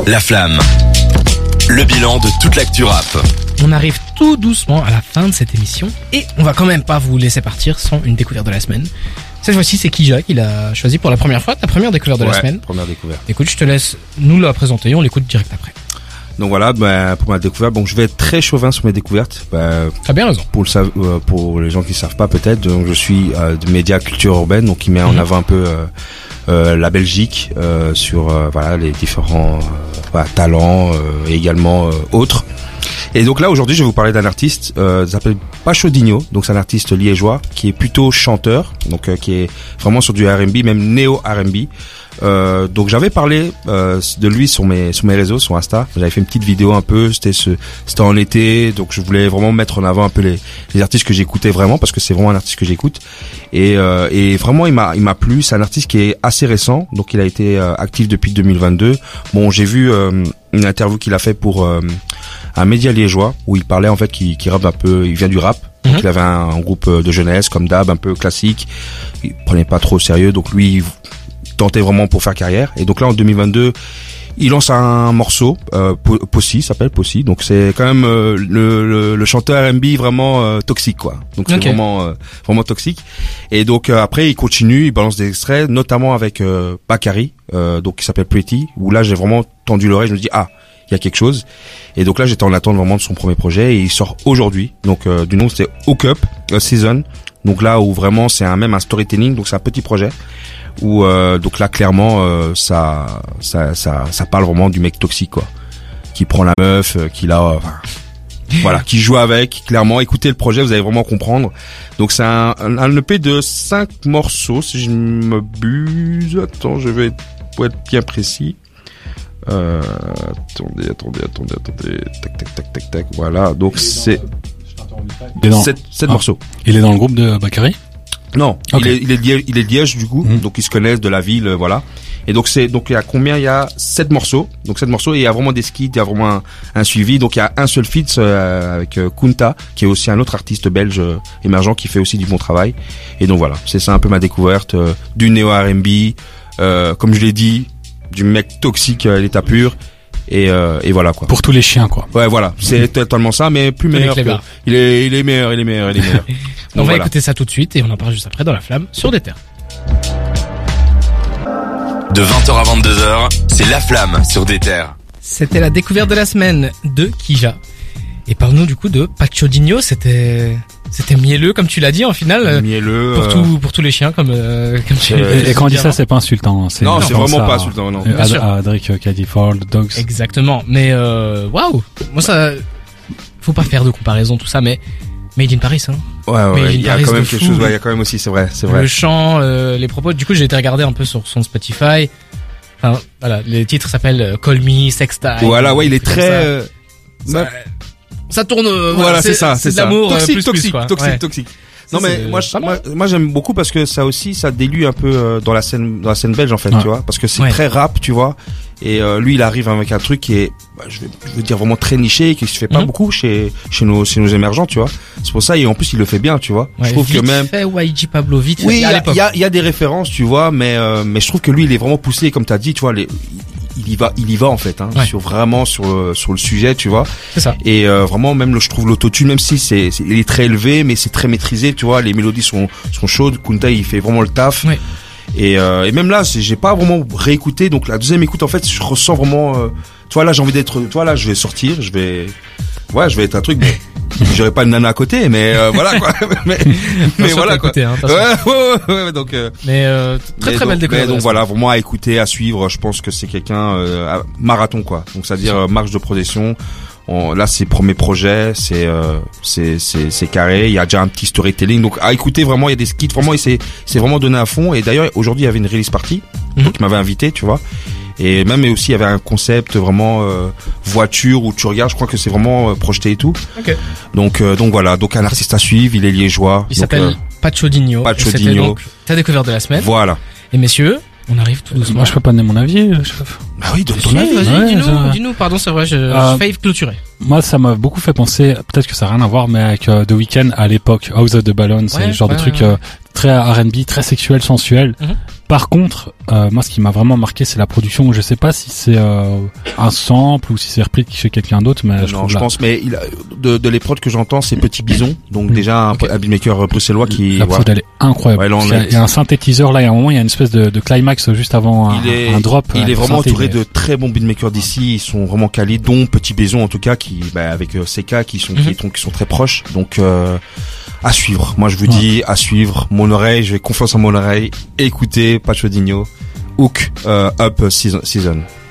La Flamme. Le bilan de toute l'actu rap. On arrive tout doucement à la fin de cette émission et on va quand même pas vous laisser partir sans une découverte de la semaine. Cette fois-ci, c'est Kija qui l'a choisi pour la première fois, ta première découverte de la semaine. Première découverte. Écoute, je te laisse nous la présenter, on l'écoute direct après. Donc voilà, pour ma découverte, bon, je vais être très chauvin sur mes découvertes. T'as bien raison. Pour les gens qui savent pas peut-être, donc je suis de Média Culture Urbaine, donc qui met en avant un peu la Belgique sur voilà les différents talents et également autres. Et donc là aujourd'hui je vais vous parler d'un artiste qui s'appelle Pacho Digno, donc c'est un artiste liégeois qui est plutôt chanteur, donc qui est vraiment sur du R&B, même néo R&B. Donc j'avais parlé de lui sur mes réseaux, sur Insta. J'avais fait une petite vidéo un peu, c'était en été, donc je voulais vraiment mettre en avant un peu les artistes que j'écoutais vraiment, parce que c'est vraiment un artiste que j'écoute. Et vraiment il m'a plu. C'est un artiste qui est assez récent, donc il a été actif depuis 2022. Bon, j'ai vu une interview qu'il a fait pour un média liégeois où il parlait en fait qu'il rappe un peu, il vient du rap. Donc il avait un groupe de jeunesse comme d'hab, un peu classique. Il prenait pas trop au sérieux, donc lui il tentait vraiment pour faire carrière. Et donc là en 2022 il lance un morceau, Possi, s'appelle Possi. Donc c'est quand même le chanteur R&B vraiment toxique quoi. Donc c'est vraiment toxique. Et donc après il continue, il balance des extraits, notamment avec Bakary, donc qui s'appelle Pretty, où là j'ai vraiment tendu l'oreille, je me dis il y a quelque chose. Et donc là j'étais en attente vraiment de son premier projet et il sort aujourd'hui. Donc du nom c'était Hook Up Season. Donc là où vraiment c'est même un storytelling, donc c'est un petit projet où donc là clairement ça parle vraiment du mec toxique quoi, qui prend la meuf, voilà, qui joue avec. Clairement, écoutez le projet, vous allez vraiment comprendre. Donc c'est un EP de 5 morceaux si je ne m'abuse. Attends, je vais pour être bien précis. Attendez. Tac. Voilà, donc c'est 7 morceaux. Il est dans le groupe de Bakary? Non, okay. il est Liège du coup, donc ils se connaissent de la ville, voilà. Et donc il y a combien? Il y a 7 morceaux. Donc 7 morceaux et il y a vraiment des skits, il y a vraiment un suivi. Donc il y a un seul feat avec Kunta, qui est aussi un autre artiste belge émergent qui fait aussi du bon travail. Et donc voilà, c'est ça un peu ma découverte du néo R&B, comme je l'ai dit, du mec toxique à l'état pur. Et voilà quoi. Pour tous les chiens quoi. Ouais voilà, c'est totalement ça, mais plus meilleur. Il est meilleur. On va écouter ça tout de suite et on en parle juste après dans La Flamme sur des terres. De 20h à 22h, c'est La Flamme sur des terres. C'était la découverte de la semaine de Kija. Et parle-nous du coup de Pacho Digno, c'était mielleux comme tu l'as dit en finale. Mielleux. Pour tous les chiens comme tu et quand on dit ça c'est pas insultant. Non, c'est vraiment pas insultant, non. Adric Cadiford, Dogs. Exactement. Mais waouh, moi ça faut pas faire de comparaison tout ça, mais Made in Paris hein. Ouais, il y a quand même quelque chose, il y a quand même aussi, c'est vrai. Le chant, les propos, du coup, j'ai été regarder un peu sur son Spotify. Enfin, voilà, les titres s'appellent Call Me, Sex Time. Voilà, ouais, il est très ça tourne voilà, c'est ça, c'est de l'amour toxique. Non mais moi j'aime beaucoup parce que ça aussi ça dilue un peu dans la scène belge en fait, tu vois, parce que c'est très rap, tu vois. Et lui il arrive avec un truc qui est je veux dire vraiment très niché, qui se fait pas beaucoup chez nos émergents, tu vois. C'est pour ça, et en plus il le fait bien, tu vois. Je trouve que même YG Pablo vite oui, il y a des références, tu vois, mais je trouve que lui il est vraiment poussé comme t'as dit, tu vois, il y va en fait sur le sujet, tu vois. C'est ça. Et vraiment même je trouve l'autotune, même si il est très élevé, mais c'est très maîtrisé, tu vois, les mélodies sont chaudes. Kunta il fait vraiment le taf. Ouais. Et même là j'ai pas vraiment réécouté, donc la deuxième écoute en fait je ressens vraiment tu vois, là j'ai envie d'être, tu vois, là je vais sortir, je vais être un truc, mais j'aurais pas une nana à côté, mais voilà quoi. mais voilà quoi. Ouais, donc très belle découverte. Donc voilà, vraiment à écouter, à suivre, je pense que c'est quelqu'un marathon quoi. Donc c'est-à-dire marche de progression. Là c'est premier projet, c'est carré, il y a déjà un petit storytelling, donc à écouter vraiment, il y a des skits vraiment, c'est vraiment donné à fond. Et d'ailleurs aujourd'hui il y avait une release party, donc il m'avait invité, tu vois. Et même aussi il y avait un concept vraiment voiture où tu regardes, je crois que c'est vraiment projeté et tout. Okay. Donc voilà, donc un artiste à suivre, il est liégeois. Il s'appelle Pacho Digno. C'était donc ta découverte de la semaine. Voilà. Et messieurs, on arrive tout doucement. Moi je peux pas donner mon avis, chef. Bah oui, donne ton avis. Vas-y, dis-nous, pardon, c'est vrai, j'ai failli clôturer. Moi ça m'a beaucoup fait penser, peut-être que ça a rien à voir, mais avec The Weeknd à l'époque, House of the Balloon, c'est le genre de truc très R&B, très sexuel, sensuel. Par contre, moi, ce qui m'a vraiment marqué, c'est la production. Je sais pas si c'est un sample ou si c'est repris chez quelqu'un d'autre, mais non, je pense. Mais de les prods que j'entends, c'est Petit Bison. Donc déjà un beatmaker bruxellois qui. La prod elle est incroyable. Ouais, il y a un synthétiseur là. Il y a un moment, il y a une espèce de climax juste avant un drop. Il est vraiment entouré de très bons beatmakers d'ici. Ils sont vraiment quali, dont Petit Bison en tout cas, qui avec CK qui sont très proches. Donc à suivre. Moi je vous dis à suivre. Mon oreille, j'ai confiance en mon oreille. Écoutez Pacho Digno, Hook Up Season.